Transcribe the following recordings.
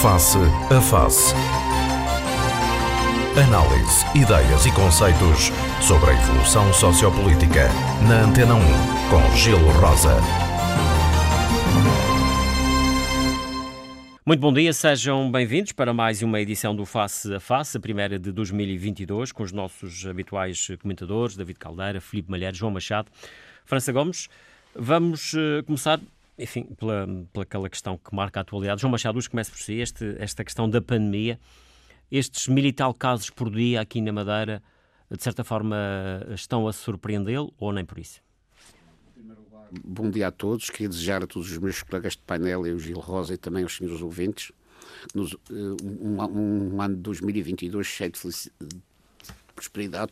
Face a Face. Análise, ideias e conceitos sobre a evolução sociopolítica. Na Antena 1, com Gelo Rosa. Muito bom dia, sejam bem-vindos para mais uma edição do Face a Face, a primeira de 2022, com os nossos habituais comentadores, David Caldeira, Filipe Malheiro, João Machado, França Gomes. Vamos começar, enfim, pela aquela questão que marca a atualidade. João Machado, hoje começa por si, esta questão da pandemia. Estes 1000 e tal casos por dia aqui na Madeira, de certa forma, estão a surpreendê-lo ou nem por isso? Bom dia a todos. Queria desejar a todos os meus colegas de painel, e o Gil Rosa e também aos senhores ouvintes, um ano de 2022 cheio de prosperidade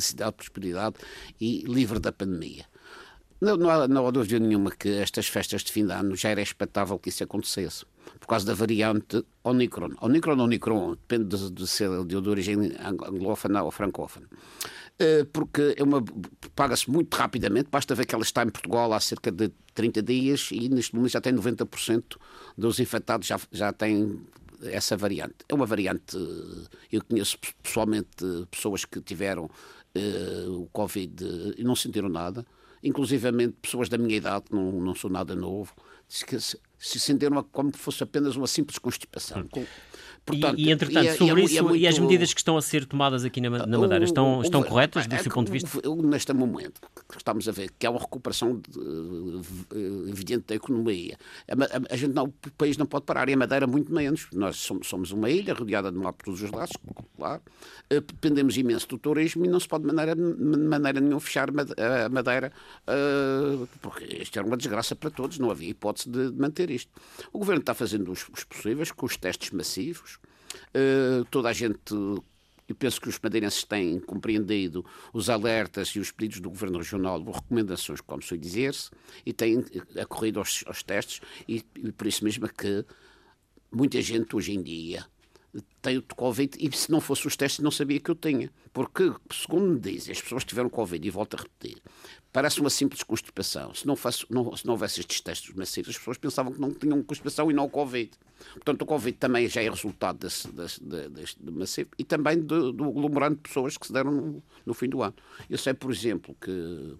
e livre da pandemia. Não há dúvida nenhuma que estas festas de fim de ano já era expectável que isso acontecesse, por causa da variante Omicron. Omicron, depende de ser de origem anglófona ou francófona. Porque paga-se muito rapidamente, basta ver que ela está em Portugal há cerca de 30 dias e neste momento já tem 90% dos infectados já têm essa variante. É uma variante, eu conheço pessoalmente pessoas que tiveram o Covid e não sentiram nada, inclusivamente pessoas da minha idade, que não sou nada novo, que se sentiram como se fosse apenas uma simples constipação. Portanto, entretanto, sobre isso e as medidas que estão a ser tomadas aqui na Madeira, estão corretas do seu ponto de vista? Neste momento que estamos a ver que há uma recuperação evidente da economia, o país não pode parar, e a Madeira muito menos. Nós somos uma ilha rodeada de mar por todos os lados, claro. Dependemos imenso do turismo e não se pode de maneira nenhuma fechar a Madeira, porque isto era uma desgraça para todos, não havia hipótese de manter isto. O Governo está fazendo os possíveis com os testes massivos. Toda a gente, eu penso que os madeirenses têm compreendido os alertas e os pedidos do Governo Regional, as recomendações, como se dizer-se, e têm acorrido aos testes, e por isso mesmo é que muita gente hoje em dia tem o Covid, e se não fosse os testes não sabia que eu tinha, porque, segundo me dizem, as pessoas que tiveram Covid, e volto a repetir, parece uma simples constipação. Se não houvesse estes testes massivos, as pessoas pensavam que não tinham constipação e não o Covid. Portanto, o Covid também já é resultado deste massivo e também do aglomerante de pessoas que se deram no fim do ano. Eu sei, por exemplo, que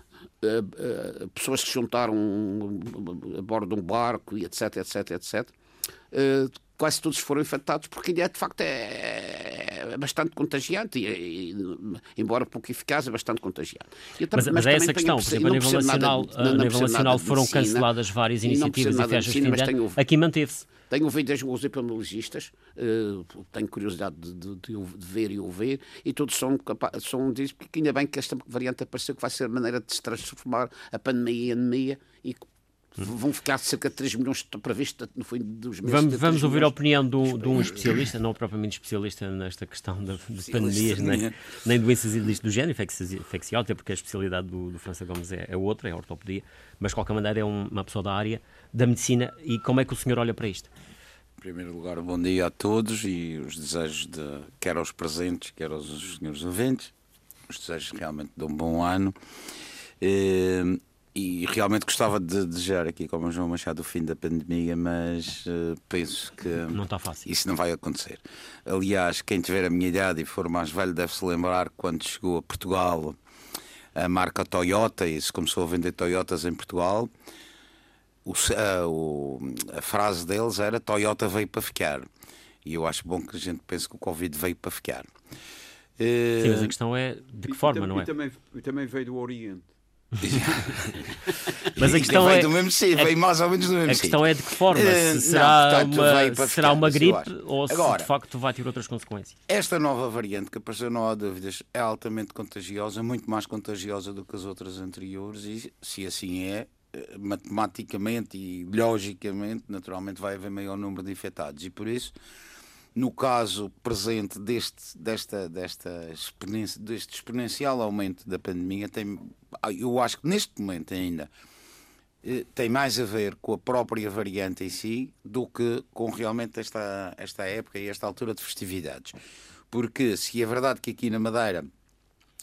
pessoas que se juntaram a bordo de um barco e etc, quase todos foram infectados, porque de facto é bastante contagiante, e embora pouco eficaz, é bastante contagiante. Mas é essa questão, por exemplo, a nível nacional foram canceladas várias iniciativas e festas de fim de ano, aqui manteve-se. Tenho ouvido os epidemiologistas, tenho curiosidade de ver e ouvir, e todos dizem que ainda bem que esta variante apareceu, que vai ser a maneira de se transformar a pandemia em anemia, e vão ficar cerca de 3 milhões previstos no fim dos meses. Vamos ouvir a opinião de um especialista, não propriamente especialista nesta questão de pandemias, nem doenças do género, infecciosas, até porque a especialidade do França Gomes é outra, é a ortopedia, mas de qualquer maneira é uma pessoa da área da medicina. E como é que o senhor olha para isto? Em primeiro lugar, bom dia a todos, e os desejos quer aos presentes, quer aos senhores ouvintes, os desejos realmente de um bom ano. E realmente gostava de desejar aqui, como o João Machado, o fim da pandemia, mas penso que não está fácil. Isso não vai acontecer. Aliás, quem tiver a minha idade e for mais velho deve-se lembrar quando chegou a Portugal a marca Toyota e se começou a vender Toyotas em Portugal, a frase deles era: Toyota veio para ficar. E eu acho bom que a gente pense que o Covid veio para ficar. Sim, mas a questão é de que forma, não é? E também veio do Oriente. Mas a questão veio do mesmo sítio, veio mais ou menos do mesmo sítio. A questão é de que forma, será uma gripe ou se de facto vai ter outras consequências. Esta nova variante que apareceu, não há dúvidas, é altamente contagiosa, muito mais contagiosa do que as outras anteriores, e se assim é, matematicamente e logicamente, naturalmente vai haver maior número de infectados, e por isso, no caso presente deste exponencial aumento da pandemia, eu acho que neste momento ainda tem mais a ver com a própria variante em si do que com realmente esta época e esta altura de festividades. Porque se é verdade que aqui na Madeira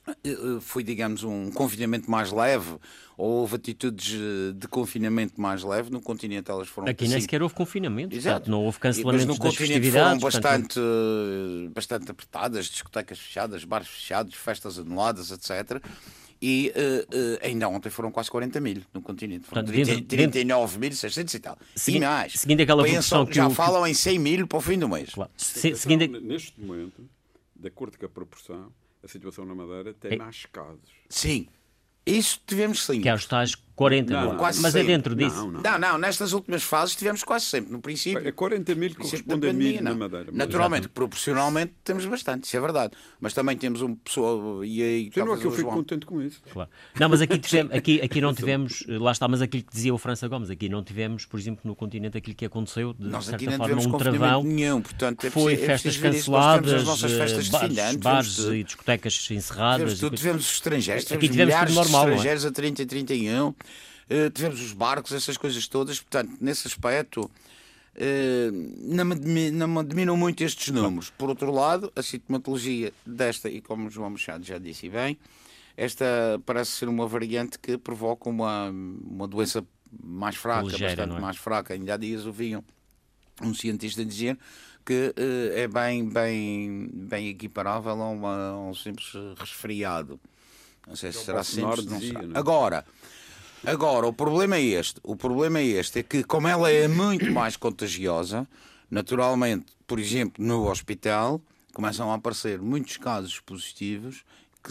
foi, digamos, um confinamento mais leve, ou houve atitudes de confinamento mais leve. No continente elas foram... Aqui nem sequer houve confinamento, exato. Não houve cancelamentos das festividades. Mas no continente foram bastante apertadas, discotecas fechadas, bares fechados, festas anuladas, etc. E ainda ontem foram quase 40 mil no continente. Foram 39.600 e tal. E mais. Seguindo aquela proporção que já falam em 100 mil para o fim do mês. Claro. Neste momento, de acordo com a proporção, a situação na Madeira tem mais casos. Sim. Isso tivemos sim. Que é os tais 40 mil. Mas sempre. É dentro disso. Não, nestas últimas fases tivemos quase sempre. No princípio. É 40 mil que corresponde a 1000 na Madeira. Naturalmente, proporcionalmente, temos bastante, isso é verdade. Mas também temos um pessoal. E aí, não é que eu fico contente com isso. Claro. Não, mas aqui não tivemos. Lá está, mas aquilo que dizia o França Gomes, aqui não tivemos, por exemplo, no continente, aquilo que aconteceu, de nós certa aqui não forma, tivemos travão. Nenhum, portanto, foi festas canceladas, as nossas festas de fim de ano, bares e discotecas encerradas. Tivemos os estrangeiros, aqui tivemos milhares de estrangeiros a 30 e 31. Tivemos os barcos, essas coisas todas, portanto, nesse aspecto não me admiram muito estes números. Por outro lado, a sintomatologia desta, e como o João Machado já disse bem, esta parece ser uma variante que provoca uma doença mais fraca, ligeira, bastante mais fraca. Ainda há dias ouviam um cientista dizer que é bem equiparável a um simples resfriado. Não sei se será simples, não será. Agora, o problema é este. O problema é este, é que como ela é muito mais contagiosa, naturalmente, por exemplo, no hospital, começam a aparecer muitos casos positivos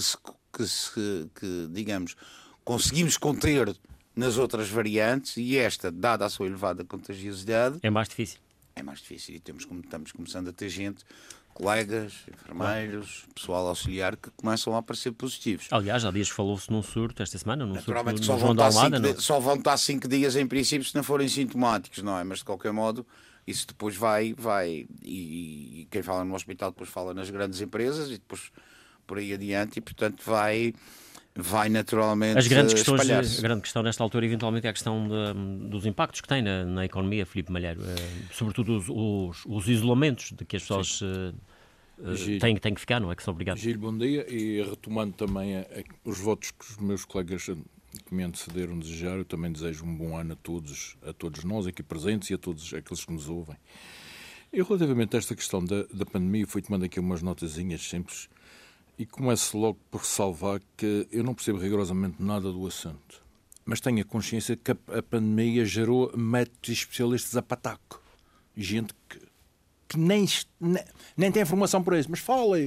que digamos, conseguimos conter nas outras variantes, e esta, dada a sua elevada contagiosidade... É mais difícil. É mais difícil, e estamos começando a ter gente... colegas, enfermeiros, pessoal auxiliar que começam a aparecer positivos. Aliás, há dias falou-se num surto esta semana, naturalmente surto no João de Almada. Só vão estar 5 dias em princípio se não forem sintomáticos, não é? Mas de qualquer modo, isso depois vai e quem fala no hospital depois fala nas grandes empresas e depois por aí adiante, e portanto vai naturalmente espalhar-se. A grande questão nesta altura eventualmente é a questão dos impactos que tem na economia, Filipe Malheiro, sobretudo os isolamentos de que as pessoas têm que ficar, não é? Que são obrigados. Gil, bom dia, e retomando também os votos que os meus colegas que me antecederam desejar, eu também desejo um bom ano a todos nós aqui presentes e a todos aqueles que nos ouvem. E relativamente a esta questão da pandemia, fui tomando aqui umas notazinhas simples. E começo logo por ressalvar que eu não percebo rigorosamente nada do assunto. Mas tenho a consciência que a pandemia gerou médicos e especialistas a pataco. Gente que nem tem informação para isso. Mas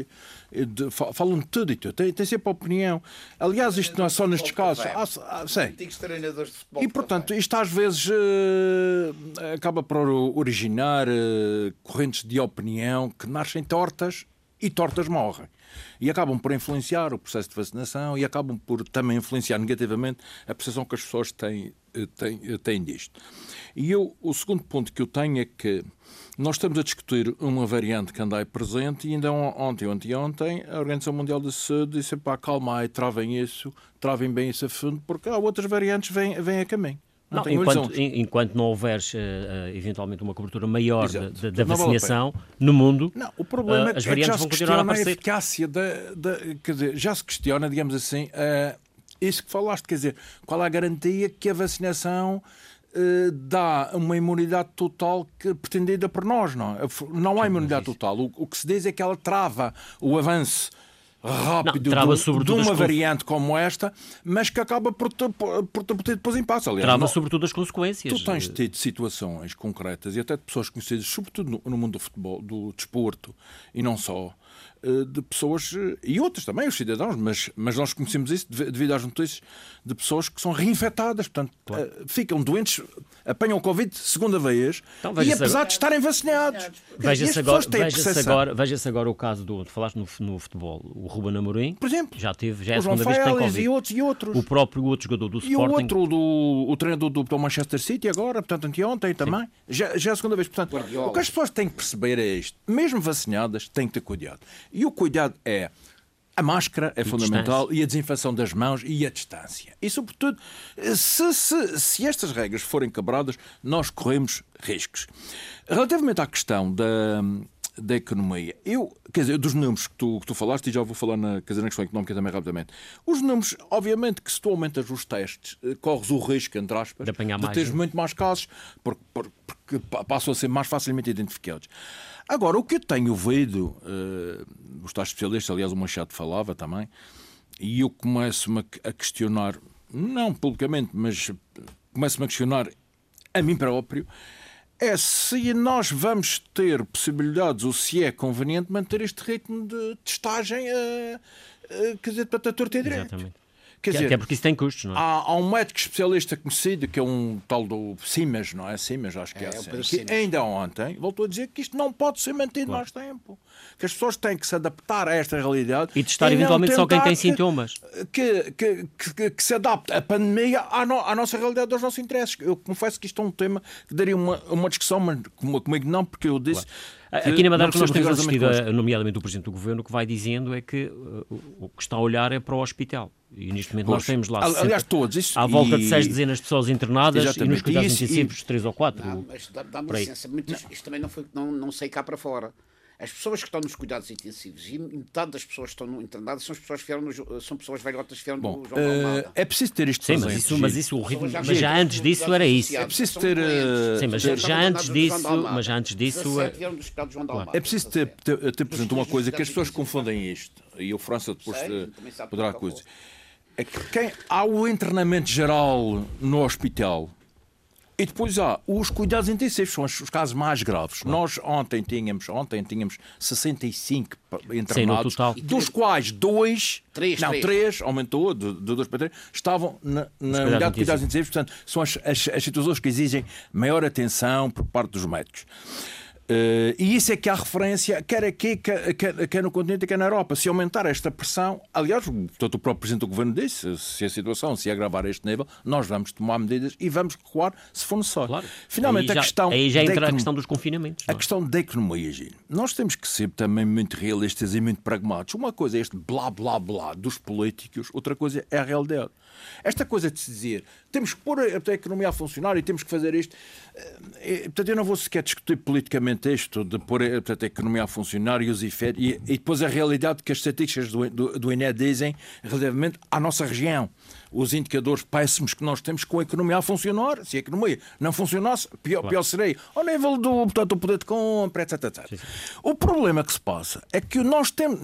falam de tudo e tudo. Tem sempre opinião. Aliás, isto não é só nestes casos. Antigos treinadores de futebol. E, portanto, isto às vezes acaba por originar correntes de opinião que nascem tortas e tortas morrem. E acabam por influenciar o processo de vacinação e acabam por também influenciar negativamente a percepção que as pessoas têm disto. E o segundo ponto que eu tenho é que nós estamos a discutir uma variante que anda aí presente e ainda ontem, a Organização Mundial da Saúde disse, calma aí, travem bem isso a fundo, porque há outras variantes que vêm a caminho. Enquanto não houver eventualmente uma cobertura maior da vacinação no mundo, o problema as variantes vão continuar a aparecer. A eficácia quer dizer, já se questiona, digamos assim, isso que falaste, quer dizer, qual é a garantia que a vacinação dá uma imunidade total pretendida por nós, não? Não há imunidade total. O que se diz é que ela trava o avanço rápido de uma variante como esta, mas que acaba por ter depois impactos. Trava sobretudo as consequências. Tu tens tido situações concretas e até de pessoas conhecidas, sobretudo no mundo do futebol, do desporto, e não só, de pessoas, e outros também, os cidadãos, mas nós conhecemos isso devido às notícias, de pessoas que são reinfectadas, portanto, ficam doentes, apanham o Covid segunda vez, então, e apesar de estarem vacinados. Veja-se agora o caso tu falaste no futebol, o Ruben Amorim, por exemplo, já é a segunda vez que tem Covid. E outros. O próprio outro jogador do Sporting. E o outro, o treinador do Manchester City agora, portanto, anteontem também, já é a segunda vez. Portanto, o que as pessoas têm que perceber é isto, mesmo vacinadas, têm que ter cuidado. E o cuidado é a máscara, é fundamental, e a desinfecção das mãos e a distância. E, sobretudo, se estas regras forem quebradas, nós corremos riscos. Relativamente à questão da economia. Quer dizer, dos números que tu falaste, e já vou falar na questão económica também rapidamente. Os números, obviamente, que se tu aumentas os testes, corres o risco, entre aspas, de teres muito mais casos, porque passam a ser mais facilmente identificados. Agora, o que eu tenho ouvido, os tais especialistas, aliás, o Machado falava também, e eu começo-me a questionar, não publicamente, mas começo-me a questionar a mim próprio, é se nós vamos ter possibilidades ou se é conveniente manter este ritmo de testagem quer dizer, para a torta e direito. Exatamente. Quer dizer, até porque isso tem custos, não é? Há um médico especialista conhecido, que é um tal do Simas, não é? Simas, acho que é assim, que ainda ontem voltou a dizer que isto não pode ser mantido mais tempo. Que as pessoas têm que se adaptar a esta realidade. E testar eventualmente só quem tem sintomas. Que se adapte a pandemia à nossa realidade, aos nossos interesses. Eu confesso que isto é um tema que daria uma discussão, mas comigo não, porque eu disse... Claro. Aqui na Madeira, que nós temos assistido, nomeadamente o Presidente do Governo, o que vai dizendo é que o que está a olhar é para o hospital. E neste momento nós temos lá à volta de 6 dezenas de pessoas internadas e nos cuidados intensivos 3 ou 4. Não, mas dá-me licença. Isto também não sei cá para fora. As pessoas que estão nos cuidados intensivos e metade das pessoas que estão internadas são pessoas velhotas que vieram do João Almada. É preciso ter isto presente. Mas isso o ritmo, mas já antes disso era isso. É preciso ter... Sim, mas já antes disso... É preciso ter presente uma coisa, que as pessoas confundem isto. E o França depois poderá coisa. É que há o internamento geral no hospital. E depois há os cuidados intensivos, são os casos mais graves. Claro. Nós ontem tínhamos 65 internados, dos quais 3, aumentou de 2 para 3, estavam na unidade de cuidados intensivos. Portanto, são as situações que exigem maior atenção por parte dos médicos. E isso é que há referência, quer aqui, quer no continente, quer na Europa. Se aumentar esta pressão, aliás, o próprio Presidente do Governo disse, se a situação se agravar a este nível, nós vamos tomar medidas e vamos recuar se for necessário. Claro. Finalmente, aí já entra a questão dos confinamentos. A questão da economia, Gil. Nós temos que ser também muito realistas e muito pragmáticos. Uma coisa é este blá blá blá dos políticos, outra coisa é a realidade. Esta coisa de se dizer, temos que pôr a economia a funcionar e temos que fazer isto. Portanto, eu não vou sequer discutir politicamente isto de pôr a economia a funcionar e os efeitos, e depois a realidade que as estatísticas do INE dizem relativamente à nossa região. Os indicadores péssimos que nós temos com a economia a funcionar. Se a economia não funcionasse, pior seria ao nível do poder de compra, etc. Sim. O problema que se passa é que nós temos...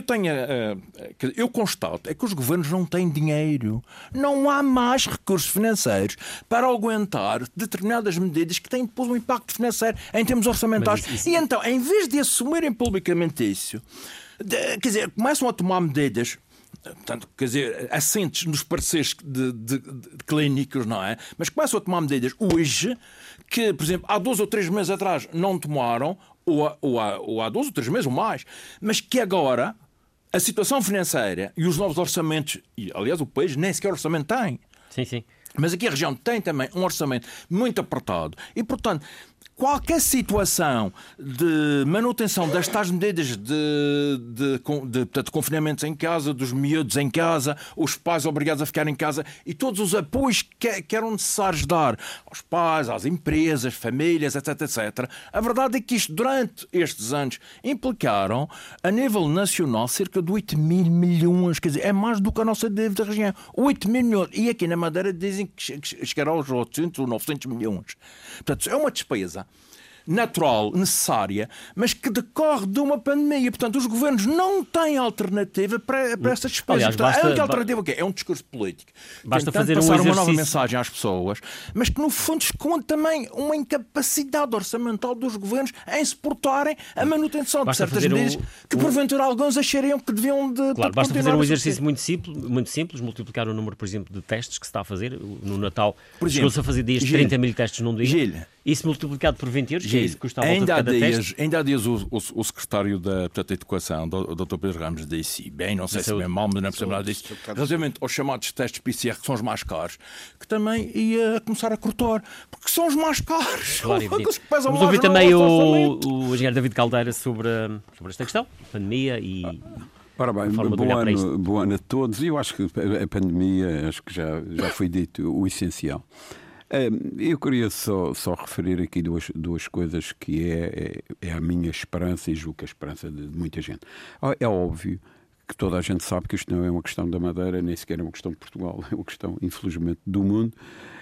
Eu constato é que os governos não têm dinheiro. Não há mais recursos financeiros para aguentar determinadas medidas que têm depois um impacto financeiro em termos orçamentais. E então, em vez de assumirem publicamente isso, quer dizer, começam a tomar medidas... Portanto, quer dizer, assentes nos pareceres de clínicos, não é? Mas começam a tomar medidas hoje que, por exemplo, há 2 ou 3 meses atrás não tomaram, ou há 2 ou 3 meses ou mais, mas que agora a situação financeira e os novos orçamentos, e aliás o país nem sequer orçamento tem. Sim. Mas aqui a região tem também um orçamento muito apertado e, portanto, qualquer situação de manutenção destas medidas de confinamentos em casa, dos miúdos em casa, os pais obrigados a ficar em casa e todos os apoios que eram necessários dar aos pais, às empresas, famílias, etc. A verdade é que isto, durante estes anos, implicaram, a nível nacional, cerca de 8 mil milhões. Quer dizer, é mais do que a nossa dívida da região. 8 mil milhões. E aqui na Madeira dizem que chegará aos 800 ou 900 milhões. Portanto, é uma despesa natural, necessária, mas que decorre de uma pandemia. Portanto, os governos não têm alternativa para essa despesa. Aliás, a única alternativa o quê? É um discurso político. Basta fazer passar uma nova mensagem às pessoas, mas que, no fundo, esconde também uma incapacidade orçamental dos governos em suportarem a manutenção de certas medidas que, porventura, alguns achariam que deviam de... Claro, basta fazer um exercício muito simples, multiplicar o número, por exemplo, de testes que se está a fazer. No Natal, chegou-se a fazer dias de 30 mil testes num dia. Isso multiplicado por 20 euros, que é isso que custa a volta de cada teste. Ainda há dias o secretário da Educação, o Dr. Pedro Ramos, disse bem, não sei se é mal, mas não percebo nada disso, relativamente aos chamados testes PCR, que são os mais caros, que também ia começar a cortar, porque são os mais caros. Claro, vamos ouvir também o engenheiro David Caldeira sobre esta questão, pandemia e... Ora bem, bom ano a todos. Eu acho que a pandemia, acho que já foi dito o essencial. Eu queria só referir aqui duas coisas que é a minha esperança e julgo que a esperança de muita gente. É óbvio que toda a gente sabe que isto não é uma questão da Madeira, nem sequer é uma questão de Portugal, é uma questão, infelizmente, do mundo.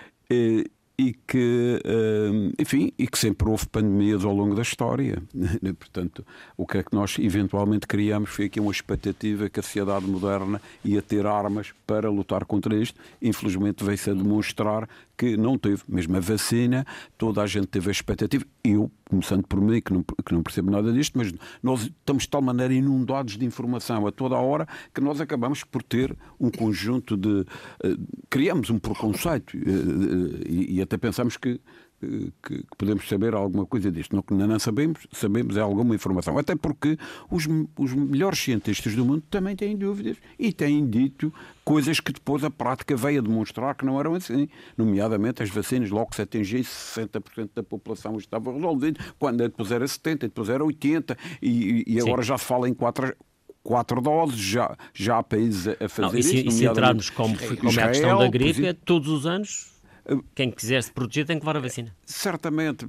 E que, enfim, e que sempre houve pandemias ao longo da história. Portanto, o que é que nós eventualmente criamos foi aqui uma expectativa que a sociedade moderna ia ter armas para lutar contra isto. Infelizmente veio-se a demonstrar que não teve. Mesmo a vacina, toda a gente teve a expectativa. Eu, começando por mim, que não percebo nada disto, mas nós estamos de tal maneira inundados de informação a toda a hora que nós acabamos por ter um conjunto de... criamos um preconceito e até pensamos que podemos saber alguma coisa disto. Não sabemos é alguma informação. Até porque os melhores cientistas do mundo também têm dúvidas e têm dito coisas que depois a prática veio a demonstrar que não eram assim. Nomeadamente as vacinas, logo que se atingisse 60% da população estava resolvido, quando depois era 70%, depois era 80% e agora já se fala em 4 doses, já há países a fazer isso. E se entrarmos como é a questão da gripe, todos os anos... Quem quiser se proteger tem que levar a vacina. Certamente.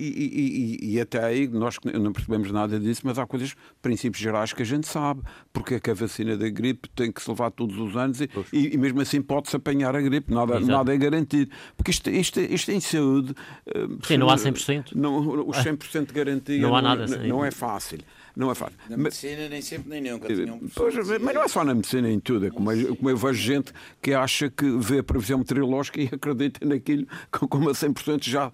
E até aí nós não percebemos nada disso, mas há princípios gerais que a gente sabe. Porque é que a vacina da gripe tem que se levar todos os anos e mesmo assim pode-se apanhar a gripe. Nada é garantido. Porque isto em saúde... Sim, não há 100%. Os 100% de garantia não há nada, não é fácil. Não é fácil. Na medicina nem sempre nem nunca tinham. Mas não é só na medicina, em tudo. É como eu vejo gente que acha que vê a previsão meteorológica e acredita naquilo como a 100%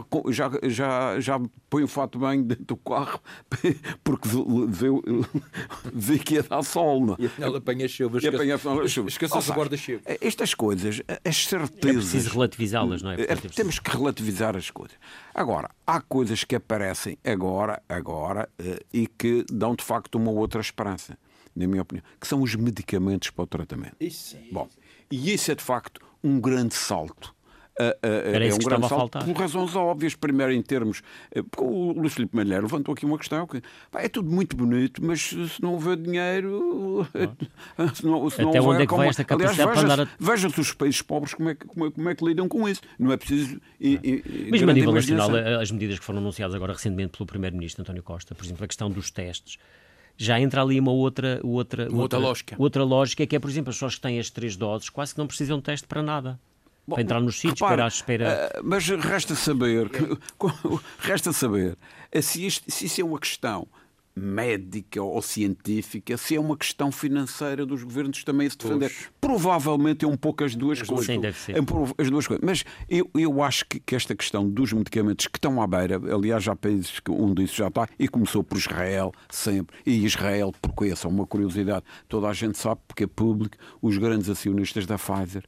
já põe o fato bem dentro do carro porque vê que ia dar sol. Não? E afinal apanha chuva. Esqueça-se o guarda-chuva. Estas coisas, as certezas... É preciso relativizá-las, não é? Temos que relativizar as coisas. Agora, há coisas que aparecem agora e que dão de facto uma outra esperança, na minha opinião, que são os medicamentos para o tratamento. Bom, e isso é de facto um grande salto. Era isso que estava a faltar. Por razões óbvias. Primeiro, em termos... O Luís Filipe Malheiro levantou aqui uma questão que é tudo muito bonito, mas se não houver dinheiro... se não até onde é que vai esta capacidade para andar a... Veja-se os países pobres como é que lidam com isso. Não é preciso... Mesmo a nível nacional, as medidas que foram anunciadas agora recentemente pelo Primeiro-Ministro António Costa, por exemplo, a questão dos testes, já entra ali uma outra lógica. Outra lógica, que é, por exemplo, as pessoas que têm as 3 doses quase que não precisam de teste para nada. Para entrar nos sítios, para à espera... Mas resta saber se isso é uma questão médica ou científica, se é uma questão financeira dos governos também se defender. Provavelmente é um pouco as duas coisas. Sim, deve ser. As duas coisas. Mas eu acho que esta questão dos medicamentos que estão à beira, aliás, já há países que um disso já está, e começou por Israel, sempre. E Israel, porque essa é uma curiosidade, toda a gente sabe, porque é público, os grandes acionistas da Pfizer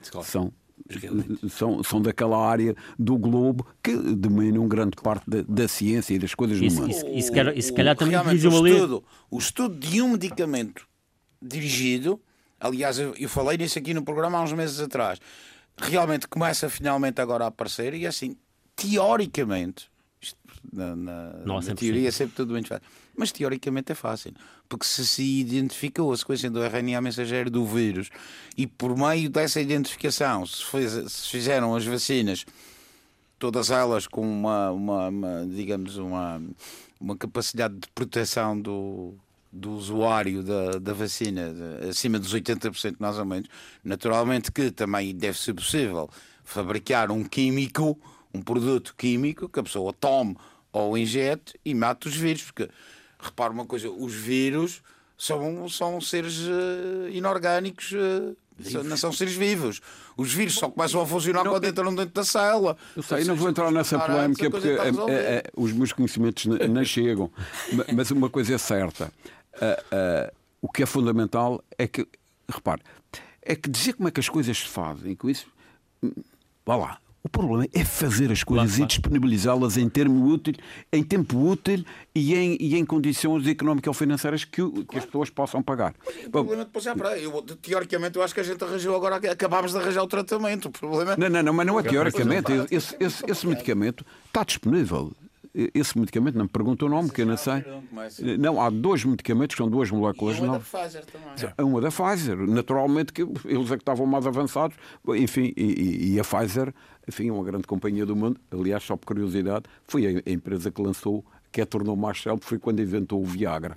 são daquela área do globo que dominam grande parte da ciência e das coisas do mundo. E se calhar também dizem ali... O estudo de um medicamento dirigido, aliás, eu falei nisso aqui no programa há uns meses atrás, realmente começa finalmente agora a aparecer e assim, teoricamente, na teoria é sempre tudo bem fácil, mas teoricamente é fácil, porque se identificou a sequência do RNA mensageiro do vírus e por meio dessa identificação se fizeram as vacinas, todas elas com uma capacidade de proteção do usuário da vacina acima dos 80% mais ou menos, naturalmente que também deve ser possível fabricar um produto químico que a pessoa tome ou injete e mate os vírus, porque repara uma coisa, os vírus são seres inorgânicos, não são seres vivos. Os vírus só começam a funcionar quando entram dentro da célula. Eu sei, não vou entrar nessa polémica porque os meus conhecimentos não chegam. Mas uma coisa é certa. O que é fundamental é que, repare, é que dizer como é que as coisas se fazem, com isso, vá lá. O problema é fazer as coisas e disponibilizá-las em tempo útil e em condições económico-financeiras que as pessoas possam pagar. O problema depois é para teoricamente eu acho que a gente arranjou agora, acabámos de arranjar o tratamento. O problema não, mas não é teoricamente. Esse medicamento está disponível. esse medicamento, não me pergunta o nome, que eu não sei. Não, há 2 medicamentos, que são 2 moléculas novas. Uma da Pfizer também. Uma da Pfizer, naturalmente, que eles é que estavam mais avançados, enfim, e a Pfizer, enfim, é uma grande companhia do mundo. Aliás, só por curiosidade, foi a empresa que lançou, que a tornou mais célebre, foi quando inventou o Viagra.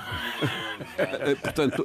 Portanto,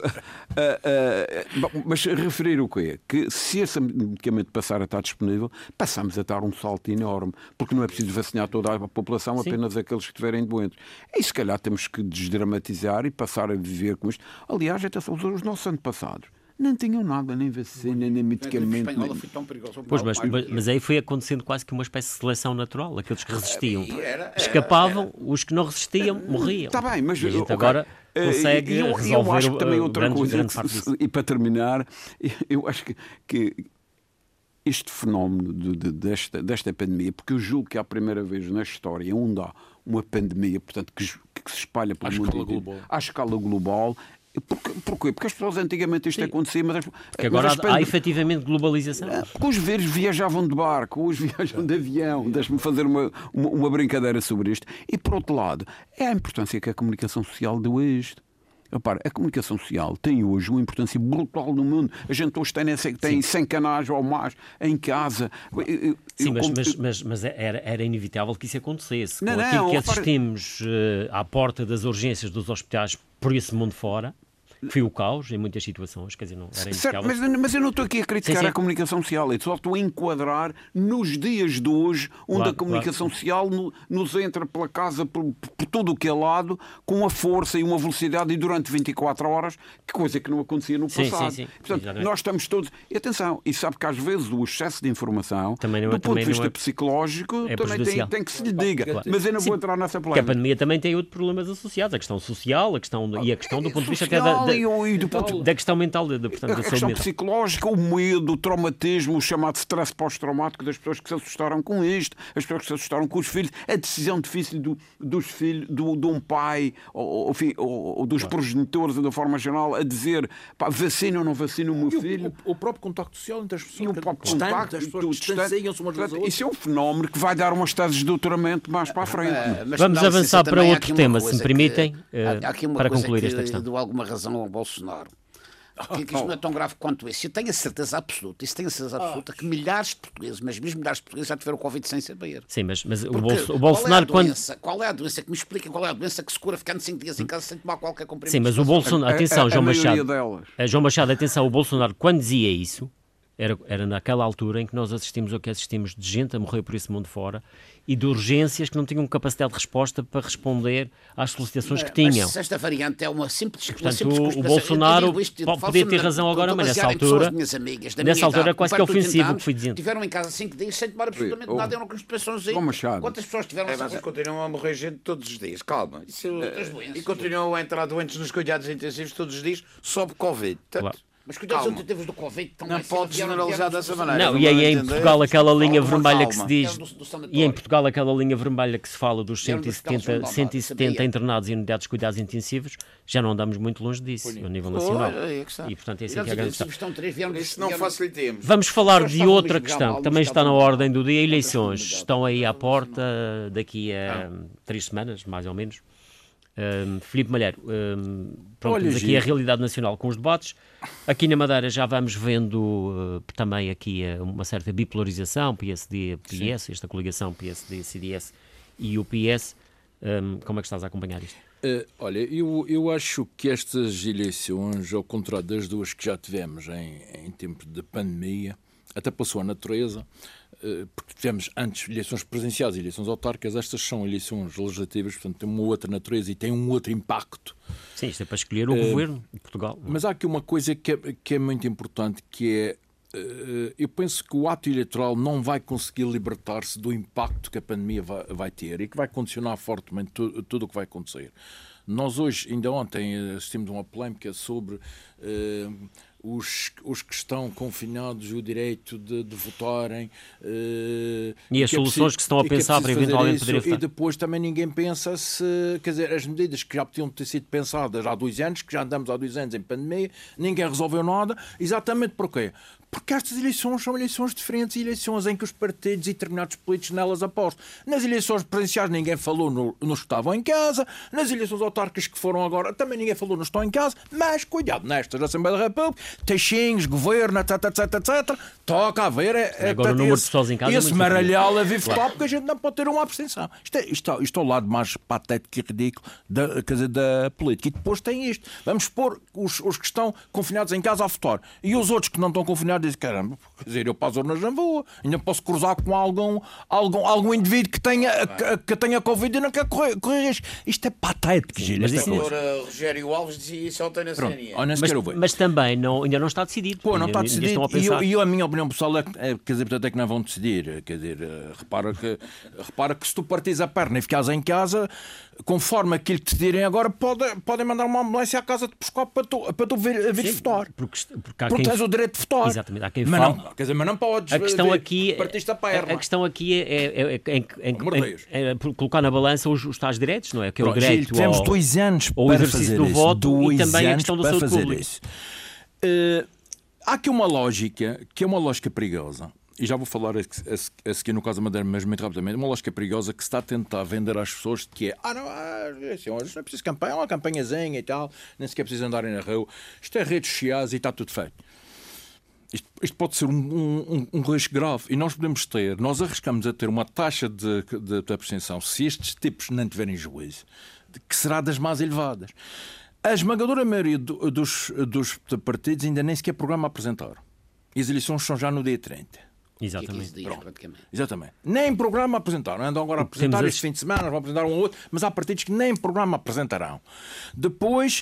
mas referir o quê? Que se esse medicamento passar a estar disponível, passamos a dar um salto enorme, porque não é preciso vacinar toda a população, apenas aqueles que estiverem doentes. E se calhar temos que desdramatizar e passar a viver com isto. Aliás, atenção, os nossos antepassados não tinham nada, nem vacina, nem medicamento. Pois, mas aí foi acontecendo quase que uma espécie de seleção natural. Aqueles que resistiam escapavam, os que não resistiam morriam. Está bem, mas a gente agora consegue resolver eu acho que também outra coisa, grande parte disso. E para terminar, eu acho que este fenómeno desta pandemia, porque eu julgo que é a primeira vez na história onde há uma pandemia, portanto, que se espalha pelo mundo inteiro, à escala global. Porquê? Porque as pessoas antigamente isto acontecia, mas porque agora há efetivamente globalização. Porque os vírus viajavam de barco, os viajam de avião. Deixe-me fazer uma brincadeira sobre isto. E por outro lado, é a importância que a comunicação social deu a isto. Repara, a comunicação social tem hoje uma importância brutal no mundo. A gente hoje tem 100 canais ou mais em casa. Sim, mas era inevitável que isso acontecesse. Com aquilo que assistimos à porta das urgências dos hospitais por esse mundo fora, foi o caos em muitas situações, quer dizer, não era certo, mas eu não estou aqui a criticar a comunicação social, eu só estou a enquadrar nos dias de hoje, onde a comunicação social nos entra pela casa por todo o que é lado, com a força e uma velocidade e durante 24 horas, que coisa que não acontecia no passado. Portanto, nós estamos todos... E atenção, e sabe que às vezes o excesso de informação, do ponto de vista psicológico, também tem que se lhe diga. Claro. Mas eu não vou entrar nessa polémica. Porque a pandemia também tem outros problemas associados, a questão social, a questão do ponto de vista até da questão mental, portanto, a questão psicológica, o medo, o traumatismo, o chamado stress pós-traumático das pessoas que se assustaram com isto, as pessoas que se assustaram com os filhos, a decisão difícil dos filhos, de um pai ou dos progenitores, da forma geral, a dizer vacina ou não vacina o meu filho. O próprio contacto social entre as pessoas. E o próprio contacto, as pessoas distanciam-se umas das outras. Isso é um fenómeno que vai dar umas teses de doutoramento mais para a frente. Vamos avançar para outro tema, se me permitem, para concluir esta questão. Deu alguma razão ao Bolsonaro. Que isto não é tão grave quanto isso. Eu tenho a certeza absoluta, que milhares de portugueses, mas mesmo milhares de portugueses já tiveram Covid sem saber. Sim, mas o Bolsonaro... Qual é a doença? Que me expliquem qual é a doença que se cura ficando 5 dias em casa sem tomar qualquer comprimido? Sim, mas o Bolsonaro... Atenção, João Machado. João Machado, atenção, o Bolsonaro, quando dizia isso, era naquela altura em que nós assistimos ao que assistimos de gente a morrer por esse mundo fora e de urgências que não tinham capacidade de resposta para responder às solicitações que tinham. Mas esta variante é uma simples... Portanto, o Bolsonaro podia ter razão agora, mas nessa altura é quase que é ofensivo o que fui dizendo. Tiveram em casa 5 dias sem tomar absolutamente nada, eram constipações aí. Quantas pessoas tiveram... Mas continuam a morrer gente todos os dias, calma. E continuam a entrar doentes nos cuidados intensivos todos os dias, sob Covid. Claro. Mas cuidados intensivos do Covid não pode generalizar dessa maneira. Não, e aí em Portugal aquela linha vermelha que se diz, e em Portugal aquela linha vermelha que se fala dos 170 internados em unidades de cuidados intensivos, já não andamos muito longe disso, a nível nacional. E portanto é assim que é a grande questão. Isso não facilitemos. Vamos falar de outra questão, que também está na ordem do dia, eleições. Estão aí à porta daqui a 3 semanas, mais ou menos. Filipe Malheiro, temos aqui a realidade nacional com os debates. Aqui na Madeira já vamos vendo também aqui uma certa bipolarização, PSD-PS, esta coligação PSD-CDS e o PS. Como é que estás a acompanhar isto? Olha, eu acho que estas eleições, ao contrário das duas que já tivemos em tempo de pandemia, até pela sua natureza, porque tivemos antes eleições presenciais e eleições autárquicas, estas são eleições legislativas, portanto têm uma outra natureza e têm um outro impacto. Sim, isto é para escolher o governo de Portugal. Mas há aqui uma coisa que é muito importante, que é, eu penso que o ato eleitoral não vai conseguir libertar-se do impacto que a pandemia vai ter e que vai condicionar fortemente tudo o que vai acontecer. Nós hoje, ainda ontem, assistimos a uma polémica sobre os que estão confinados o direito de votarem. E as soluções que se estão a pensar para eventualmente poderem votar. E depois também ninguém pensa se, quer dizer, as medidas que já podiam ter sido pensadas há 2 anos, que já andamos há 2 anos em pandemia, ninguém resolveu nada. Exatamente porquê? Porque estas eleições são eleições diferentes, eleições em que os partidos e determinados políticos nelas apostam. Nas eleições presidenciais ninguém falou nos que estavam em casa, nas eleições autárquicas que foram agora também ninguém falou nos que estão em casa, mas cuidado, nestas da Assembleia da República, Teixinhos, governo, etc, toca a ver agora o número de pessoas em casa esse maralhal a viver claro. Porque a gente não pode ter uma abstenção. Isto é o lado mais patético e ridículo da política. E depois tem isto. Vamos pôr os que estão confinados em casa a votar. E os outros que não estão confinados dizem, caramba, quer dizer, eu para as urnas não vou. Ainda posso cruzar com algum indivíduo que tenha Covid e não quer correr risco. Isto é patético, Gil. Mas o senhor Rogério Alves dizia isso ontem na CNN. Mas também ainda não está decidido. Pô, não está decidido. E a minha opinião pessoal quer dizer, portanto, é que não vão decidir. Quer dizer, repara que se tu partires a perna e ficares em casa, conforme aquilo que te direm agora, podem mandar uma ambulância à casa de buscar para tu vir votar. Porque tens o direito de votar. Exatamente. Há quem fale. Mas não podes. A questão aqui é colocar na balança os tais direitos, não é? Que é o direito tivemos 2 anos ao exercício do voto e também a questão da saúde pública. Há aqui uma lógica que é uma lógica perigosa. E já vou falar a seguir no caso da Madeira, mas muito rapidamente. Uma lógica perigosa que se está a tentar vender às pessoas que é não é preciso campanha, é uma campanhazinha e tal, nem sequer é preciso andarem na rua. Isto é redes sociais e está tudo feito. Isto pode ser um risco grave e nós arriscamos a ter uma taxa de abstenção, se estes tipos não tiverem juízo, que será das mais elevadas. A esmagadora maioria dos partidos ainda nem sequer programa apresentaram. E as eleições são já no dia 30. Exatamente. Exatamente. Nem programa apresentaram. Andam agora a apresentar este fim de semana, vão apresentar um ou outro, mas há partidos que nem programa apresentarão. Depois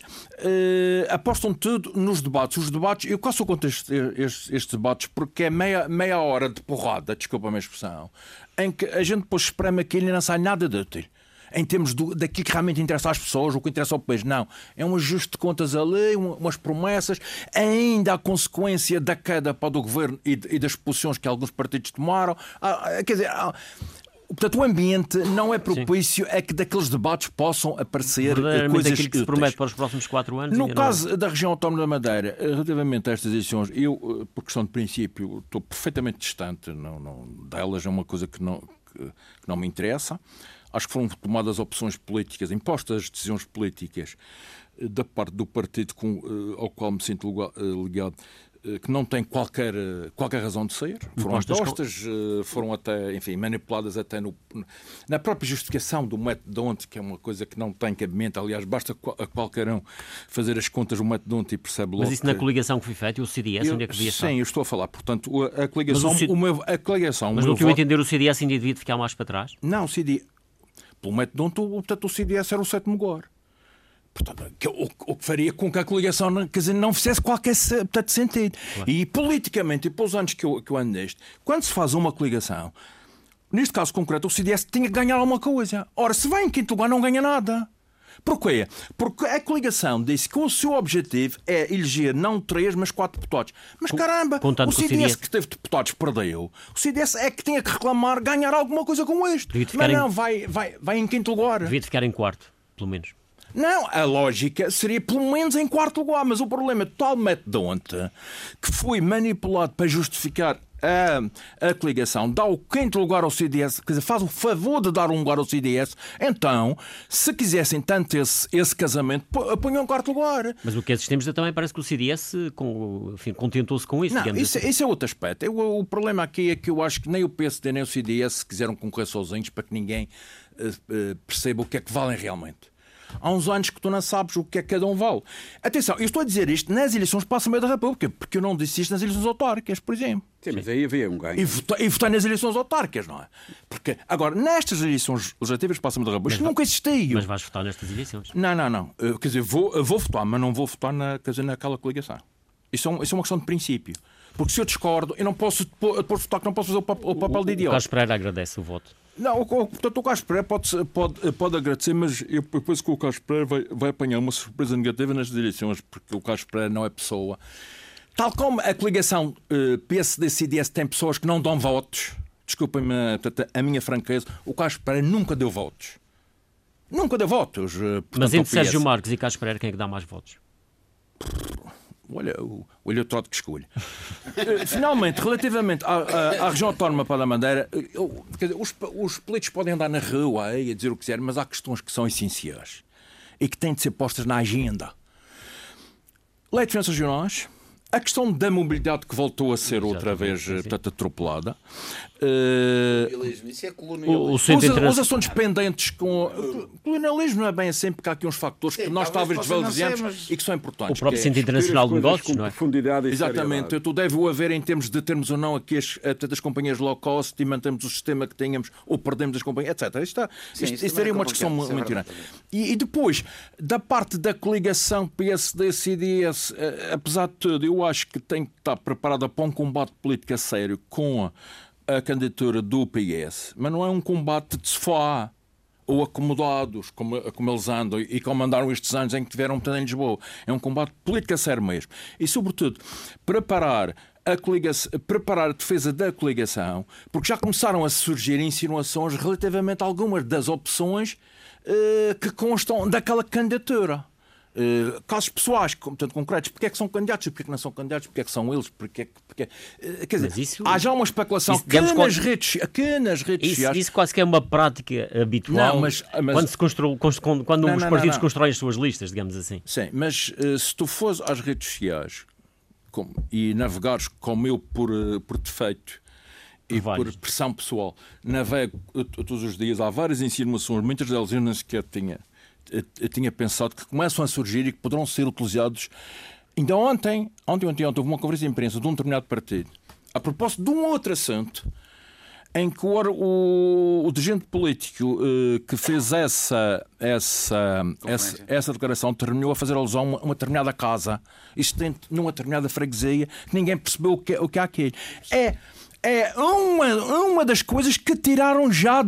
apostam tudo nos debates. Os debates, eu quase sou contra estes debates porque é meia hora de porrada, desculpa a minha expressão, em que a gente depois espreme aquilo e não sai nada de útil. Em termos daquilo que realmente interessa às pessoas, o que interessa ao país. Não. É um ajuste de contas ali, umas promessas, ainda a consequência da queda para do governo e das posições que alguns partidos tomaram. Quer dizer, portanto, o ambiente não é propício a que daqueles debates possam aparecer coisas aquilo que se promete para os próximos 4 anos. No caso da região autónoma da Madeira, relativamente a estas eleições, eu, por questão de princípio, estou perfeitamente distante delas, é uma coisa que não me interessa. Acho que foram tomadas opções políticas, impostas decisões políticas da parte do partido ao qual me sinto ligado, que não têm qualquer razão de ser. Foram impostas, foram até, enfim, manipuladas até na própria justificação do método de ontem, que é uma coisa que não tem cabimento. Aliás, basta a qualquer um fazer as contas do método de ontem e percebe logo. Mas isso na coligação que foi feita, e o CDS, onde é que devia estar? Sim, eu estou a falar. Portanto, a coligação... Mas no que eu entender, o CDS ainda devia ficar mais para trás? Não, o CDS... Pelo método de ontem, portanto, o CDS era o 7º lugar. Portanto, o que faria com que a coligação não fizesse qualquer sentido. Claro. E politicamente, e pelos anos que eu ando neste, quando se faz uma coligação, neste caso concreto, o CDS tinha que ganhar alguma coisa. Ora, se vai em 5º lugar, não ganha nada. Porquê? Porque a coligação disse que o seu objetivo é eleger não 3, mas 4 deputados. Mas caramba, o CDS que teve deputados perdeu. O CDS é que tinha que reclamar ganhar alguma coisa com isto. Mas não, vai em 5º lugar. Devia de ficar em 4º, pelo menos. Não, a lógica seria pelo menos em 4º lugar, mas o problema é totalmente de ontem, que foi manipulado para justificar a coligação, dá o 5º lugar ao CDS, quer dizer, faz o favor de dar um lugar ao CDS, então, se quisessem tanto esse casamento, ponham em 4º lugar. Mas o que assistimos também parece que o CDS contentou-se com isso. Não, isso é outro aspecto. O problema aqui é que eu acho que nem o PSD nem o CDS quiseram concorrer sozinhos para que ninguém perceba o que é que valem realmente. Há uns anos que tu não sabes o que é que cada um vale. Atenção, eu estou a dizer isto nas eleições para a Assembleia da República, porque eu não disse isto nas eleições autárquicas, por exemplo. Sim, mas aí havia um ganho. E votar nas eleições autárquicas, não é? Porque, agora, nestas eleições legislativas para a Assembleia da República, isto nunca existiu. Mas vais votar nestas eleições? Não. Quer dizer, vou votar, mas não vou votar naquela coligação. Isso é uma questão de princípio. Porque se eu discordo, eu não posso depois votar, que não posso fazer o papel de idiota. O Carlos Pereira agradece o voto. Não, portanto, o Carlos Pereira pode agradecer, mas eu penso que o Carlos Pereira vai apanhar uma surpresa negativa nas eleições, porque o Carlos Pereira não é pessoa Tal como a coligação PSD-CDS tem pessoas que não dão votos, desculpem-me a minha franqueza, o Carlos Pereira nunca deu votos. Nunca deu votos. Mas entre Sérgio Marques e Carlos Pereira, quem é que dá mais votos? Olha o trote que escolhe. Finalmente, relativamente à região autónoma para a Madeira, quer dizer, os políticos podem andar na rua a dizer o que quiserem, mas há questões que são essenciais e que têm de ser postas na agenda. Lei de diferenças regionais, a questão da mobilidade que voltou a ser outra vez atropelada. Isso é colonialismo. Os assuntos pendentes com... Colonialismo não é bem assim, porque há aqui uns fatores que nós talvez desvalorizemos e que são importantes. O próprio Centro Internacional de Negócios, não é? Exatamente. Tu deve o haver em termos de termos ou não aqui as companhias low cost e mantemos o sistema que tínhamos ou perdemos as companhias, etc. Isto seria uma discussão muito grande. E depois, da parte da coligação PSD-CDS, apesar de tudo, eu acho que tem que estar preparada para um combate político a sério com a candidatura do PS, mas não é um combate de sofá ou acomodados, como eles andam e como andaram estes anos em que tiveram um em Lisboa. É um combate político a sério mesmo. E, sobretudo, preparar a defesa da coligação, porque já começaram a surgir insinuações relativamente a algumas das opções que constam daquela candidatura. Casos pessoais, portanto, concretos, porque é que são candidatos, porque é que não são candidatos, porque é que são eles, quer dizer, há já uma especulação que nas redes sociais. Isso quase que é uma prática habitual. Não, mas quando os partidos constroem as suas listas, digamos assim. Sim, mas se tu fores às redes sociais e navegares como eu por defeito e por pressão pessoal, navego todos os dias, há várias insinuações, muitas delas eu nem sequer eu tinha pensado que começam a surgir e que poderão ser utilizados. Ainda ontem houve uma conferência de imprensa de um determinado partido a propósito de um outro assunto em que o dirigente político que fez essa declaração terminou a fazer alusão a uma determinada casa existente numa determinada freguesia que ninguém percebeu o que é aquilo. É uma das coisas que tiraram já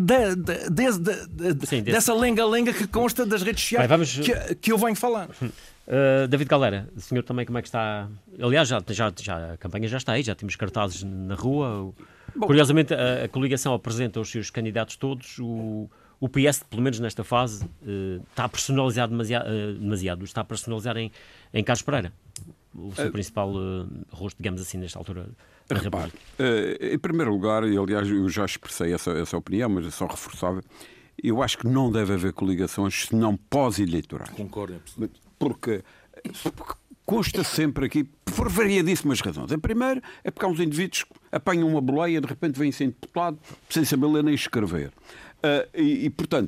dessa lenga-lenga que consta das redes sociais. Que eu venho falando. David Caldeira, o senhor também como é que está? Aliás, já a campanha já está aí, já temos cartazes na rua. Bom, curiosamente, a coligação apresenta os seus candidatos todos. O PS, pelo menos nesta fase, está a personalizar demasiado. Está a personalizar em Carlos Pereira, o seu principal rosto, digamos assim, nesta altura. Repare, em primeiro lugar, e aliás eu já expressei essa opinião, mas é só reforçada, eu acho que não deve haver coligações senão pós-eleitorais. Concordo. Porque consta sempre aqui, por variadíssimas razões. Em primeiro, é porque há uns indivíduos que apanham uma boleia, de repente vêm ser deputado, sem saber ler nem escrever. Portanto,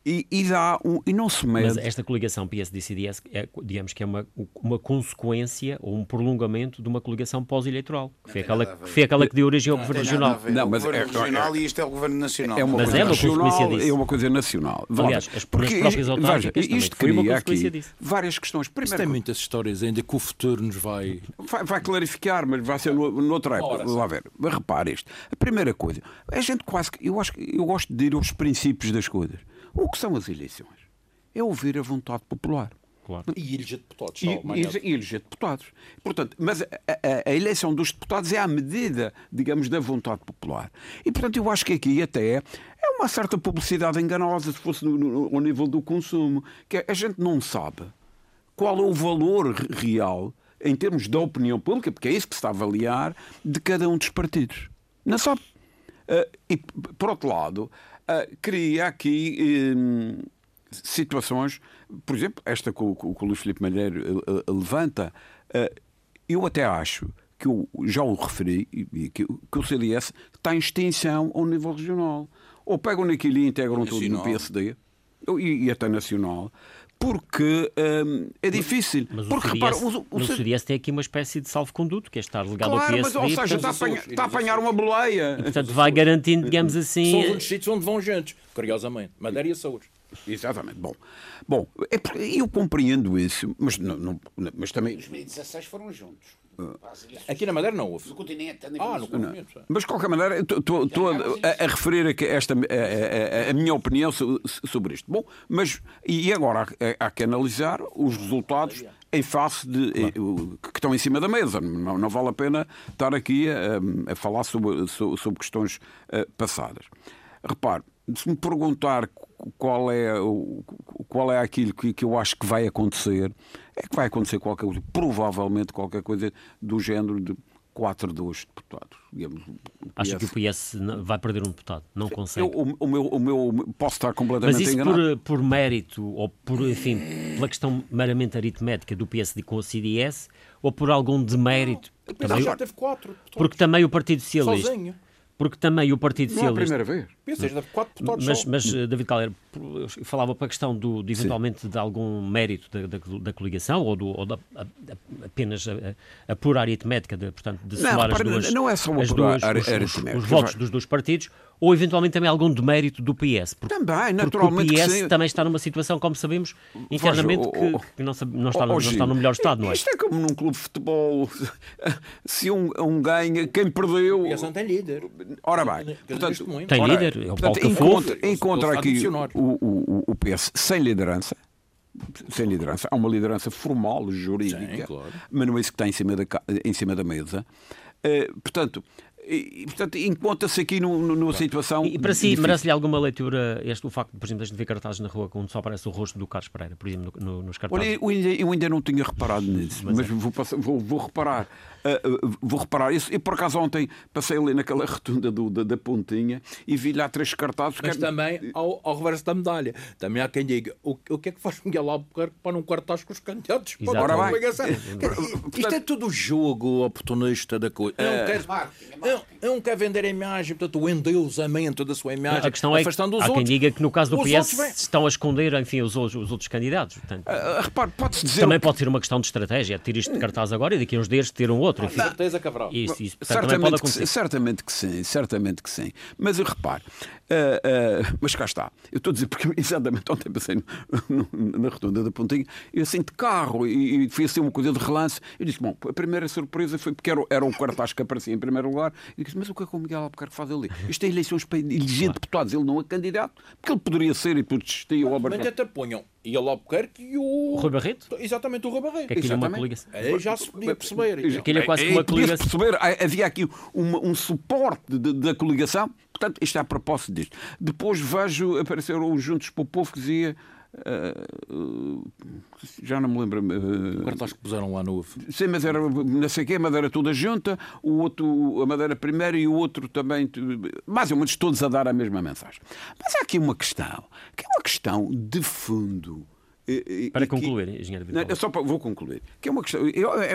e não se mede. Mas esta coligação PSD-CDS digamos que é uma consequência ou um prolongamento de uma coligação pós-eleitoral, que foi aquela que deu origem ao governo regional. Não, mas é regional e isto é o governo nacional. É uma coisa nacional, é uma coisa nacional. Aliás, as próprias autárquicas isto foi uma consequência disso. Várias questões. Primeiro, tem muitas histórias ainda que o futuro nos vai clarificar, mas vai ser noutra época. Lá ver. Mas repare isto. A primeira coisa, a gente quase que eu gosto de ir aos princípios das coisas. O que são as eleições? É ouvir a vontade popular. Claro. E eleger deputados. E eleger deputados. Portanto, mas a eleição dos deputados é à medida, digamos, da vontade popular. E, portanto, eu acho que aqui até é uma certa publicidade enganosa, se fosse ao nível do consumo, que a gente não sabe qual é o valor real, em termos da opinião pública, porque é isso que se está a avaliar, de cada um dos partidos. Não sabe. E, por outro lado, cria aqui situações, por exemplo, esta que o Luís Filipe Malheiro levanta. Eu até acho que eu já o referi, que o CDS está em extinção ao nível regional. Ou pegam naquilo e integram tudo no PSD, e até nacional. Porque é difícil. Mas porque, o CDS tem aqui uma espécie de salvo-conduto, que é estar ligado ao PSD. Mas, ou seja, está a apanhar uma boleia. E, portanto, vai garantindo, digamos assim... São os únicos sítios onde vão juntos, curiosamente. Madeira e Açores. Exatamente. Bom, eu compreendo isso, mas também... Em 2016 foram juntos. Aqui na Madeira não houve. No continente. No continente. Mas, de qualquer maneira, estou a referir a minha opinião sobre isto. Bom, mas e agora há que analisar os resultados em face de que estão em cima da mesa. Não vale a pena estar aqui a falar sobre questões passadas. Repare, se me perguntar qual é aquilo que eu acho que vai acontecer, é que vai acontecer qualquer coisa, provavelmente qualquer coisa do género de 4-2 deputados. Digamos, acha que o PS vai perder um deputado? Não consegue? Posso estar completamente enganado. Mas isso por mérito, ou enfim, pela questão meramente aritmética do PSD com o CDS, ou por algum demérito? O PSD já teve 4 deputados. Porque também o Partido Socialista... Sozinho. Porque também o Partido Socialista... Não é a primeira vez. Pensas, deve 4 deputados mas David Caldeira, falava para a questão de eventualmente de algum mérito da coligação ou apenas a pura aritmética portanto, de somar não é só uma os votos dos dois partidos, ou eventualmente também algum demérito do PS. Também, naturalmente. Porque o PS também está numa situação, como sabemos, internamente que não está no melhor estado, não é? Isto é como num clube de futebol. Se um ganha, quem perdeu... O PS não tem líder. Ora bem, portanto, tem líder, é o Paulo Cafofo. Encontra aqui o PS sem liderança. Há uma liderança formal, jurídica. Sim, claro. Mas não é isso que está em cima da mesa. Portanto, encontra-se aqui numa situação... E para si, merece-lhe alguma leitura o facto, por exemplo, de ver cartazes na rua onde só aparece o rosto do Carlos Pereira, por exemplo, nos cartazes? Olha, eu ainda não tinha reparado nisso, mas vou reparar. Vou reparar isso. Eu, por acaso, ontem passei ali naquela rotunda da Pontinha e vi lá 3 cartazes. Mas também, ao reverso da medalha, também há quem diga o que é que faz Miguel Albuquerque para não cartaz com os candidatos? Ora bem. Isto é tudo o jogo oportunista da coisa. Eu não quero vender a imagem, portanto, o endeusamento da sua imagem, a questão afastando os outros. Há quem diga que no caso do PS estão a esconder, enfim, os outros candidatos. Portanto, repare, pode-se dizer... Também pode ser uma questão de estratégia, ter isto de cartaz agora e daqui a uns dias ter um outro. Enfim. Certeza, Cabral. Isso também pode acontecer. Certamente que sim. Mas eu reparo, mas cá está. Eu estou a dizer porque exatamente ontem passei na rotunda da Pontinha e assim de carro e foi assim uma coisa de relance. Eu disse, bom, a primeira surpresa foi porque era o cartaz que aparecia em primeiro lugar. E disse, mas o que é que o Miguel Albuquerque faz ali? Isto é eleições para eleger deputados, ele não é candidato, porque ele poderia ser e por desistir o Albuquerque. Mas até ponham e o Albuquerque e o Rui Barreto? Exatamente, o Rui Barreto. Que aquilo é uma coligação. Aí já se podia perceber. Aquilo é quase como uma coligação. Havia aqui um suporte da coligação. Portanto, isto é a propósito disto. Depois vejo aparecer o Juntos para o Povo que dizia... já não me lembro. O cartaz que puseram lá no... Sim, mas era não sei o quê, a Madeira toda junta, o outro, a Madeira primeiro e o outro também, mais ou menos todos a dar a mesma mensagem. Mas há aqui uma questão, que é uma questão de fundo. Para concluir, engenheiro Vitor. Vou concluir. Que é uma questão,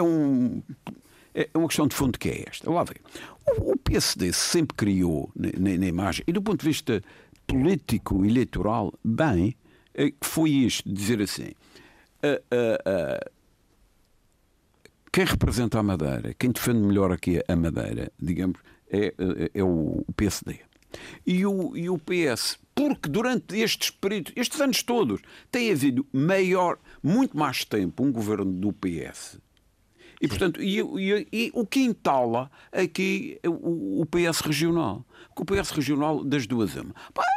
é uma questão de fundo que é esta. Lá vem. O PSD sempre criou na imagem, e do ponto de vista político, eleitoral, bem, que foi isto, dizer assim, quem representa a Madeira, quem defende melhor aqui a Madeira, digamos, é o PSD. E o PS, porque durante estes anos todos, tem havido muito mais tempo um governo do PS. E, portanto, e o que entala aqui é o PS regional. Porque o PS regional, das duas uma.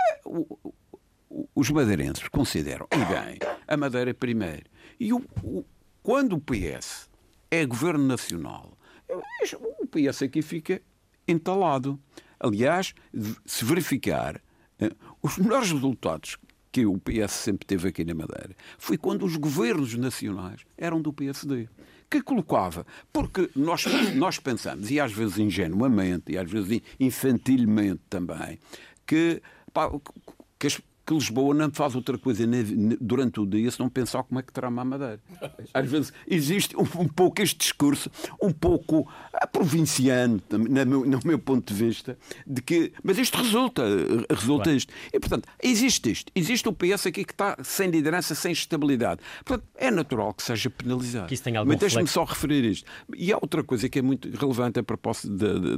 Os madeirenses consideram, e bem, a Madeira primeiro. E quando o PS é governo nacional, o PS aqui fica entalado. Aliás, se verificar, os melhores resultados que o PS sempre teve aqui na Madeira foi quando os governos nacionais eram do PSD. Que colocava, porque nós pensamos, e às vezes ingenuamente, e às vezes infantilmente também, que Lisboa não faz outra coisa durante o dia se não pensar como é que trama a Madeira. Às vezes existe um pouco este discurso, um pouco provinciano, no meu ponto de vista, de que, mas isto resulta isto. E, portanto, existe isto. Existe o PS aqui que está sem liderança, sem estabilidade. Portanto, é natural que seja penalizado. Mas deixe-me só referir isto. E há outra coisa que é muito relevante a propósito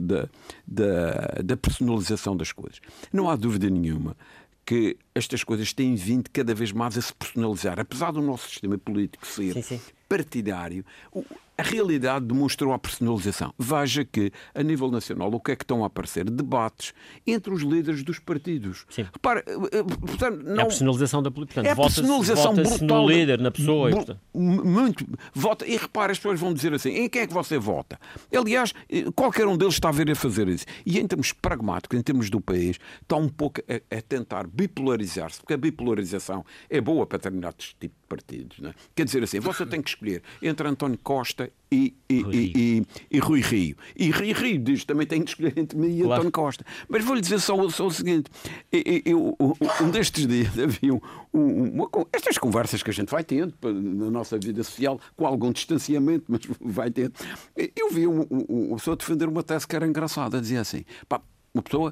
da personalização das coisas. Não há dúvida nenhuma que estas coisas têm vindo cada vez mais a se personalizar. Apesar do nosso sistema político ser partidário, a realidade demonstrou a personalização. Veja que, a nível nacional, o que é que estão a aparecer? Debates entre os líderes dos partidos. Sim. Repara, portanto, não... É a personalização da política. É a personalização vota-se brutal no líder, na pessoa. Muito. Vota. E repara, as pessoas vão dizer assim, em quem é que você vota? Aliás, qualquer um deles está a vir a fazer isso. E em termos pragmáticos, em termos do país, está um pouco a tentar bipolarizar-se, porque a bipolarização é boa para determinados tipos de partidos. Não é? Quer dizer assim, você tem que escolher entre António Costa e Rui Rio. E Rui Rio diz também tem que escolher entre mim e António Costa. Mas vou-lhe dizer só o seguinte: um destes dias havia estas conversas que a gente vai tendo na nossa vida social, com algum distanciamento, mas vai tendo. Eu vi uma pessoa defender uma tese que era engraçada, dizia assim: pá, uma pessoa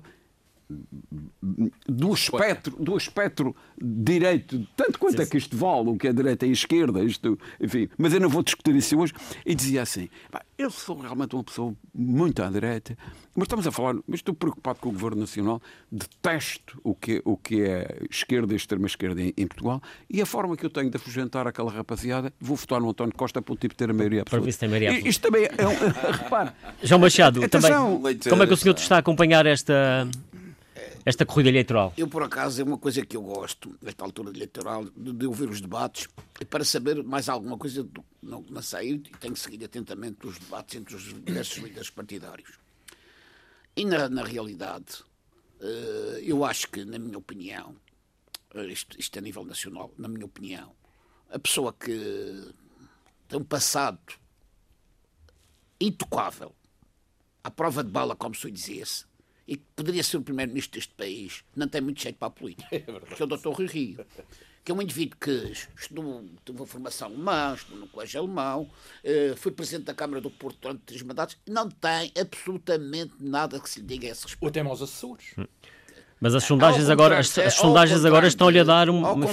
do espectro direito, tanto quanto é que isto vale, o que é direita e esquerda, isto, enfim, mas eu não vou discutir isso hoje, e dizia assim: eu sou realmente uma pessoa muito à direita, mas estamos a falar, mas estou preocupado com o Governo Nacional, detesto o que é esquerda e extrema-esquerda em Portugal, e a forma que eu tenho de afugentar aquela rapaziada, vou votar no António Costa para o tipo ter a maioria absoluta. Isto também é repare. João Machado, atenção, também, como é que o senhor está a acompanhar esta corrida eleitoral? Eu, por acaso, é uma coisa que eu gosto, nesta altura eleitoral, de ouvir os debates, e para saber mais alguma coisa, não sei, e tenho que seguir atentamente os debates entre os diversos líderes partidários. E, na realidade, eu acho que, na minha opinião, isto a nível nacional, na minha opinião, a pessoa que tem um passado intocável, à prova de bala, como se dizia-se, e que poderia ser o primeiro-ministro deste país, não tem muito jeito para a política, que é o Dr. Rui Rio, que é um indivíduo que estudou, teve uma formação alemã, estudou no colégio alemão, foi presidente da Câmara do Porto durante 3 mandatos, não tem absolutamente nada que se lhe diga a esse respeito. Ou tem maus assessores. Mas as sondagens agora estão-lhe a dar uma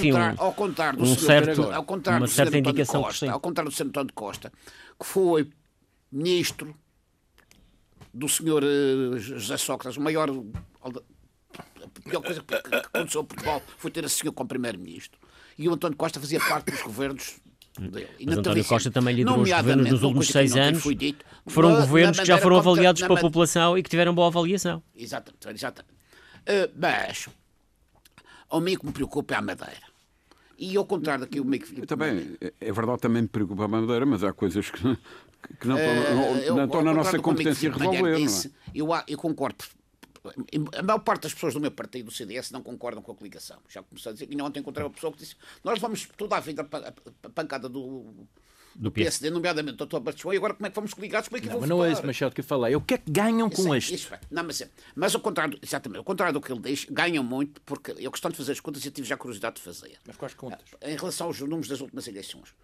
certa indicação que sim. Ao contrário do Sr. António Costa, que foi ministro do Sr. José Sócrates, a pior coisa que aconteceu a Portugal foi ter esse senhor como primeiro-ministro. E o António Costa fazia parte dos governos dele. Mas António Costa também liderou os governos nos últimos 6 anos, que foram governos que já foram avaliados pela população e que tiveram boa avaliação. Exatamente. Mas, ao meio que me preocupa é a Madeira. E ao contrário daquilo que... Também, é verdade, também me preocupa a Madeira, mas há coisas que não estão na nossa competência resolver. Eu concordo. A maior parte das pessoas do meu partido, do CDS, não concordam com a coligação. Já comecei a dizer que ontem encontrei uma pessoa que disse: nós vamos toda a vida a pancada do PSD, nomeadamente do Dr. Bartolomeu, e agora como é que vamos coligados? Como é que vão votar? Mas não é isso, Machado, que eu falei. O que é que ganham com isto? Mas ao contrário, exatamente, ao contrário do que ele diz, ganham muito, porque é questão de fazer as contas e eu tive já curiosidade de fazer. Mas quais contas? Em relação aos números das últimas eleições.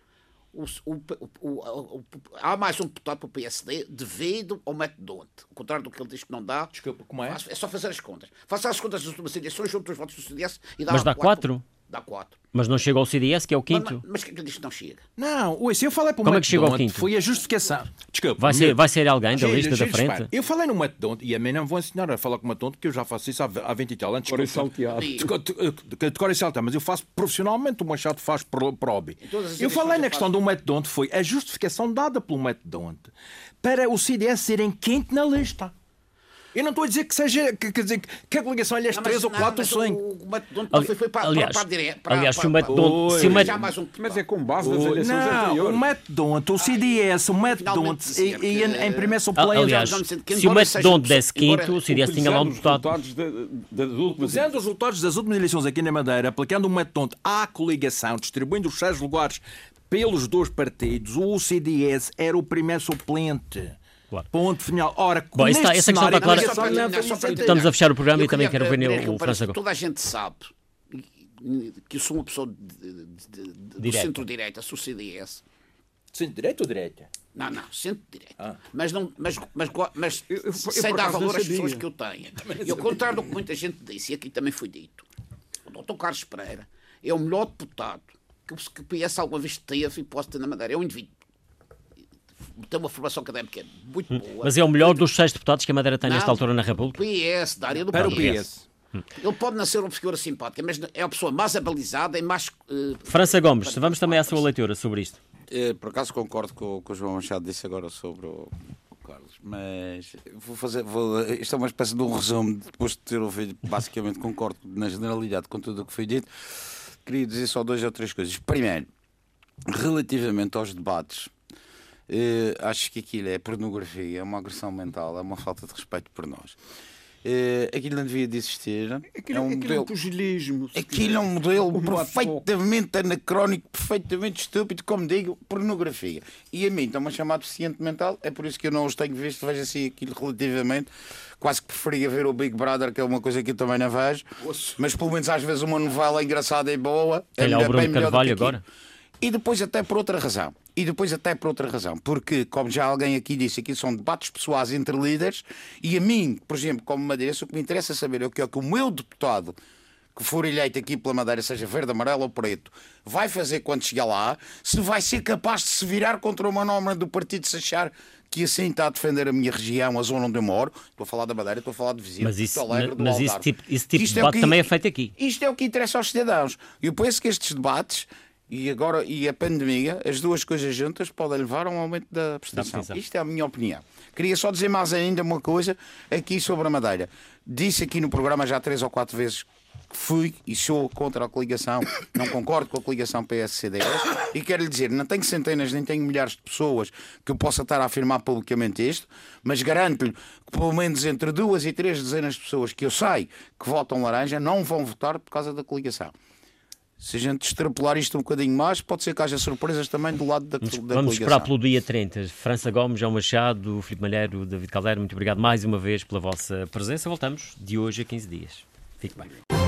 Há mais um deputado para o PSD devido ao método Donte. Ao contrário do que ele diz que não dá. Desculpa, como é? É só fazer as contas. Faça as contas das últimas eleições, junto os votos do CDS e dá. Mas dá 4? Dá 4. Mas não chega ao CDS, que é o quinto? Mas que ele diz que não chega? Não, se eu falei para o Como é que chega ao quinto? Foi a justificação. Desculpa. Vai ser alguém da lista da frente? Eu falei no método e a mim não me vou ensinar a falar com o método, porque eu já faço isso há 20 e tal anos. Cor e salteado. De cor e salteado, mas eu faço profissionalmente, o Machado faz para hobby. Eu falei na questão do método, foi a justificação dada pelo método para o CDS ser em quinto na lista. Eu não estou a dizer que seja que a coligação é 3 ou 4 ou 5. O método foi para a direita. Aliás, se o método... Mas é com base nas eleições anteriores. Não, o método, o CDS, o método em primeiro suplente. Aliás, se o método desse quinto, o CDS tinha lá um deputado. Usando os resultados das últimas eleições aqui na Madeira, aplicando o método à coligação, distribuindo os 6 lugares pelos 2 partidos, o CDS era o primeiro suplente. Claro. Ponto final. Ora, bom, essa questão está clara. Estamos a fechar o programa e também quero ver o França Gomes. Toda a gente sabe que eu sou uma pessoa do centro-direita, sou CDS. Centro-direita ou direita? Não, centro-direita. Mas sem dar valor às pessoas que eu tenho. E ao contrário do que muita gente disse, e aqui também foi dito, o Dr. Carlos Pereira é o melhor deputado que o PS alguma vez teve e possa ter na Madeira. É um indivíduo. Tem uma formação académica muito boa. Mas é o melhor dos 6 deputados que a Madeira tem nesta altura na República? PS, da área do para PS. Ele pode não ser uma figura simpática, mas é a pessoa mais abalizada e mais... França Gomes, vamos também à sua leitura sobre isto. Por acaso concordo com o que o João Machado disse agora sobre o Carlos, mas isto é uma espécie de um resumo, depois de ter ouvido, basicamente concordo na generalidade com tudo o que foi dito. Queria dizer só 2 ou 3 coisas. Primeiro, relativamente aos debates, acho que aquilo é pornografia, é uma agressão mental, é uma falta de respeito por nós. Aquilo não devia de existir. Aquilo é um modelo pugilismo. Aquilo é um modelo perfeitamente anacrónico, perfeitamente estúpido, como digo, pornografia. E a mim está-me a chamar de deficiente mental, é por isso que eu não os tenho visto, vejo assim aquilo relativamente. Quase que preferia ver o Big Brother, que é uma coisa que eu também não vejo, mas pelo menos às vezes uma novela engraçada e boa. Olha o Bruno Carvalho agora. E depois até por outra razão. Porque, como já alguém aqui disse, aqui são debates pessoais entre líderes, e a mim, por exemplo, como madeirense, o que me interessa saber é o que o meu deputado que for eleito aqui pela Madeira, seja verde, amarelo ou preto, vai fazer quando chegar lá, se vai ser capaz de se virar contra uma norma do partido, se achar que assim está a defender a minha região, a zona onde eu moro. Estou a falar da Madeira, estou a falar de Viseu, mas esse tipo de debate também é feito aqui. Isto é o que interessa aos cidadãos. Eu penso que estes debates e a pandemia, as duas coisas juntas podem levar a um aumento da abstenção. Isto é a minha opinião. Queria só dizer mais ainda uma coisa aqui sobre a Madeira. Disse aqui no programa já 3 ou 4 vezes que fui e sou contra a coligação, não concordo com a coligação PS-CDS, e quero lhe dizer, não tenho centenas nem tenho milhares de pessoas que eu possa estar a afirmar publicamente isto, mas garanto-lhe que pelo menos entre 2 e 3 dezenas de pessoas que eu sei que votam laranja não vão votar por causa da coligação. Se a gente extrapolar isto um bocadinho mais, pode ser que haja surpresas também do lado da coligação. Vamos esperar pelo dia 30. França Gomes, João Machado, Filipe Malheiro, David Caldeira, muito obrigado mais uma vez pela vossa presença. Voltamos de hoje a 15 dias. Fique bem.